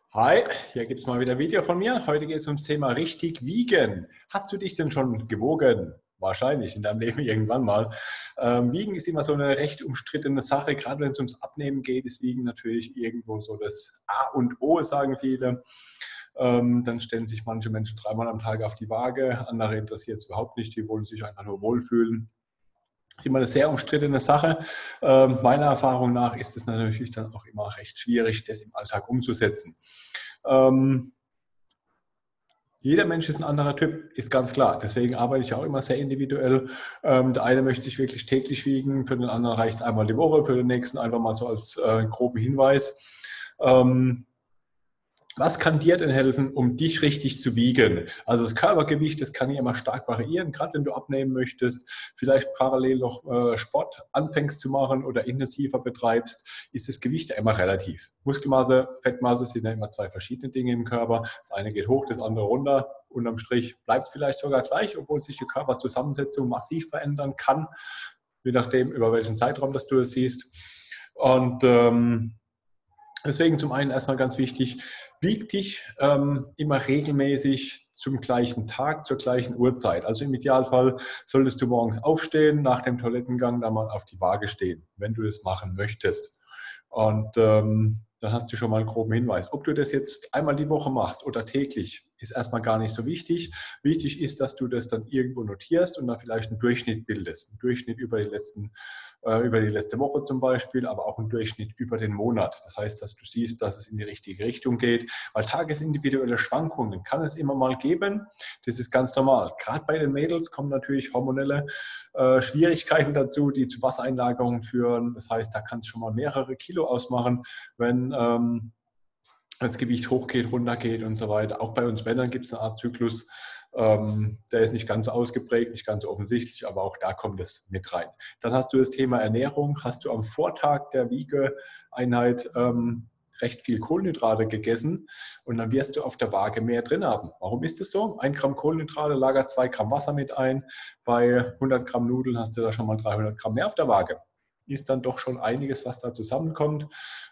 Hi, hier gibt es mal wieder ein Video von mir. Heute geht es ums Thema richtig wiegen. Hast du dich denn schon gewogen? Wahrscheinlich in deinem Leben irgendwann mal. Wiegen ist immer so eine recht umstrittene Sache, gerade wenn es ums Abnehmen geht, ist Wiegen natürlich irgendwo so das A und O, sagen viele. Dann stellen sich manche Menschen dreimal am Tag auf die Waage, andere interessiert es überhaupt nicht, die wollen sich einfach nur wohlfühlen. Das ist immer eine sehr umstrittene Sache. Meiner Erfahrung nach ist es natürlich dann auch immer recht schwierig, das im Alltag umzusetzen. Ähm, Jeder Mensch ist ein anderer Typ, ist ganz klar. Deswegen arbeite ich auch immer sehr individuell. Der eine möchte sich wirklich täglich wiegen, für den anderen reicht es einmal die Woche, für den nächsten einfach mal so als groben Hinweis. Ähm, Was kann dir denn helfen, um dich richtig zu wiegen? Also das Körpergewicht, das kann ja immer stark variieren, gerade wenn du abnehmen möchtest, vielleicht parallel noch Sport anfängst zu machen oder intensiver betreibst, ist das Gewicht ja immer relativ. Muskelmasse, Fettmasse sind ja immer zwei verschiedene Dinge im Körper. Das eine geht hoch, das andere runter. Unterm Strich bleibt es vielleicht sogar gleich, obwohl sich die Körperzusammensetzung massiv verändern kann, je nachdem, über welchen Zeitraum das du es siehst. Und deswegen zum einen erstmal ganz wichtig, wieg dich immer regelmäßig zum gleichen Tag, zur gleichen Uhrzeit. Also im Idealfall solltest du morgens aufstehen, nach dem Toilettengang dann mal auf die Waage stehen, wenn du das machen möchtest. Und dann hast du schon mal einen groben Hinweis. Ob du das jetzt einmal die Woche machst oder täglich, ist erstmal gar nicht so wichtig. Wichtig ist, dass du das dann irgendwo notierst und dann vielleicht einen Durchschnitt bildest. Einen Durchschnitt über die letzte Woche zum Beispiel, aber auch einen Durchschnitt über den Monat. Das heißt, dass du siehst, dass es in die richtige Richtung geht, weil tagesindividuelle Schwankungen kann es immer mal geben. Das ist ganz normal. Gerade bei den Mädels kommen natürlich hormonelle Schwierigkeiten dazu, die zu Wassereinlagerungen führen. Das heißt, da kann es schon mal mehrere Kilo ausmachen, wenn das Gewicht hochgeht, runtergeht und so weiter. Auch bei uns Männern gibt es eine Art Zyklus. Der ist nicht ganz so ausgeprägt, nicht ganz so offensichtlich, aber auch da kommt es mit rein. Dann hast du das Thema Ernährung. Hast du am Vortag der Wiegeeinheit recht viel Kohlenhydrate gegessen und dann wirst du auf der Waage mehr drin haben. Warum ist das so? 1 Gramm Kohlenhydrate lagert 2 Gramm Wasser mit ein. Bei 100 Gramm Nudeln hast du da schon mal 300 Gramm mehr auf der Waage. Ist dann doch schon einiges, was da zusammenkommt.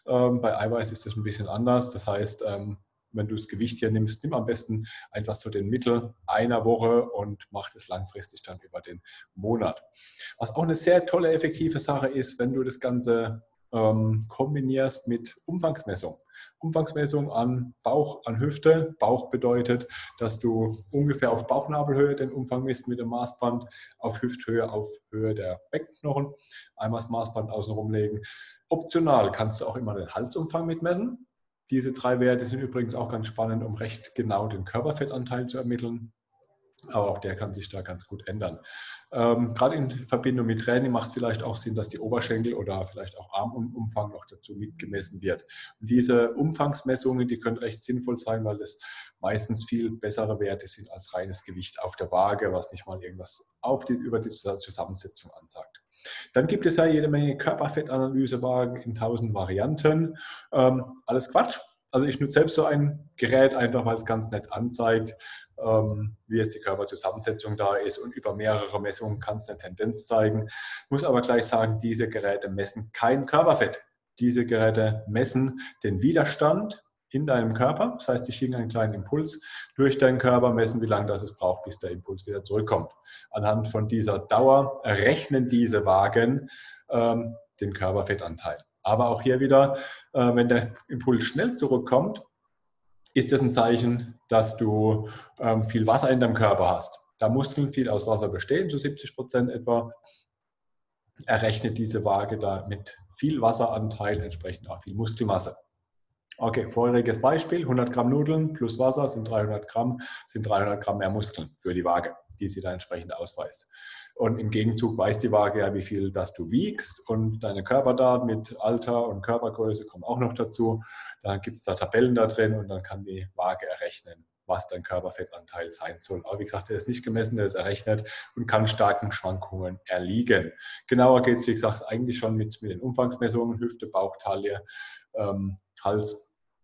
Bei Eiweiß ist das ein bisschen anders. Das heißt, wenn du das Gewicht hier nimmst, nimm am besten einfach so den Mittel einer Woche und mach das langfristig dann über den Monat. Was auch eine sehr tolle, effektive Sache ist, wenn du das Ganze kombinierst mit Umfangsmessung. Umfangsmessung an Bauch, an Hüfte. Bauch bedeutet, dass du ungefähr auf Bauchnabelhöhe den Umfang misst mit dem Maßband, auf Hüfthöhe, auf Höhe der Beckenknochen. Einmal das Maßband außenrum legen. Optional kannst du auch immer den Halsumfang mitmessen. Diese 3 Werte sind übrigens auch ganz spannend, um recht genau den Körperfettanteil zu ermitteln. Aber auch der kann sich da ganz gut ändern. Gerade in Verbindung mit Training macht es vielleicht auch Sinn, dass die Oberschenkel oder vielleicht auch Armumfang noch dazu mitgemessen wird. Und diese Umfangsmessungen, die können recht sinnvoll sein, weil das meistens viel bessere Werte sind als reines Gewicht auf der Waage, was nicht mal irgendwas über die Zusammensetzung ansagt. Dann gibt es ja jede Menge Körperfettanalysewagen in 1000 Varianten. Alles Quatsch. Also ich nutze selbst so ein Gerät einfach, weil es ganz nett anzeigt, wie jetzt die Körperzusammensetzung da ist und über mehrere Messungen kann es eine Tendenz zeigen. Ich muss aber gleich sagen, diese Geräte messen kein Körperfett. Diese Geräte messen den Widerstand in deinem Körper. Das heißt, die schicken einen kleinen Impuls durch deinen Körper, messen, wie lange das es braucht, bis der Impuls wieder zurückkommt. Anhand von dieser Dauer rechnen diese Wagen den Körperfettanteil. Aber auch hier wieder, wenn der Impuls schnell zurückkommt, ist das ein Zeichen, dass du viel Wasser in deinem Körper hast. Da Muskeln viel aus Wasser bestehen, zu 70% etwa, errechnet diese Waage da mit viel Wasseranteil entsprechend auch viel Muskelmasse. Okay, vorheriges Beispiel, 100 Gramm Nudeln plus Wasser sind 300 Gramm, sind 300 Gramm mehr Muskeln für die Waage, die sie da entsprechend ausweist. Und im Gegenzug weiß die Waage ja, wie viel das du wiegst und deine Körperdaten mit Alter und Körpergröße kommen auch noch dazu. Dann gibt es da Tabellen da drin und dann kann die Waage errechnen, was dein Körperfettanteil sein soll. Aber wie gesagt, der ist nicht gemessen, der ist errechnet und kann starken Schwankungen erliegen. Genauer geht es, wie gesagt, eigentlich schon mit den Umfangsmessungen, Hüfte, Bauch, Taille, Hals.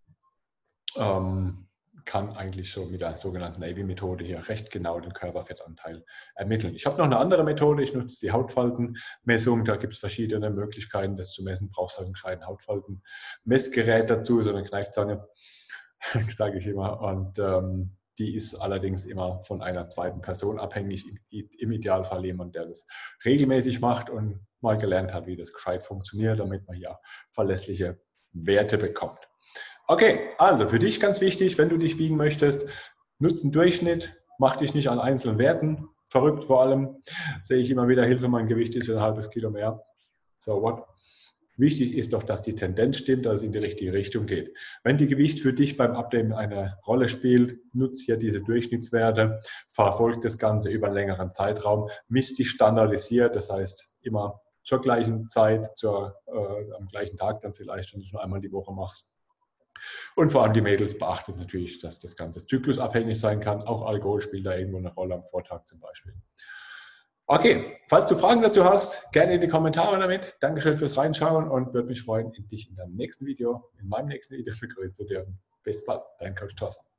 Kann eigentlich so mit der sogenannten Navy-Methode hier recht genau den Körperfettanteil ermitteln. Ich habe noch eine andere Methode, ich nutze die Hautfaltenmessung, da gibt es verschiedene Möglichkeiten, das zu messen, brauchst halt ein gescheites Hautfaltenmessgerät dazu, so eine Kneifzange. sage ich immer. Und die ist allerdings immer von einer zweiten Person abhängig. Im Idealfall jemand, der das regelmäßig macht und mal gelernt hat, wie das gescheit funktioniert, damit man ja verlässliche Werte bekommt. Okay, also für dich ganz wichtig, wenn du dich wiegen möchtest, nutze einen Durchschnitt, mach dich nicht an einzelnen Werten verrückt. Vor allem sehe ich immer wieder, Hilfe, mein Gewicht ist ein halbes Kilo mehr. So what? Wichtig ist doch, dass die Tendenz stimmt, dass es in die richtige Richtung geht. Wenn die Gewicht für dich beim Abnehmen eine Rolle spielt, nutze hier diese Durchschnittswerte, verfolge das Ganze über einen längeren Zeitraum, misst dich standardisiert, das heißt immer zur gleichen Zeit, am gleichen Tag dann vielleicht, wenn du es nur einmal die Woche machst. Und vor allem die Mädels beachtet natürlich, dass das Ganze zyklusabhängig sein kann. Auch Alkohol spielt da irgendwo eine Rolle am Vortag zum Beispiel. Okay, falls du Fragen dazu hast, gerne in die Kommentare damit. Dankeschön fürs Reinschauen und würde mich freuen, dich in deinem nächsten Video, in meinem nächsten Video begrüßen zu dürfen. Bis bald, dein Coach Thorsten.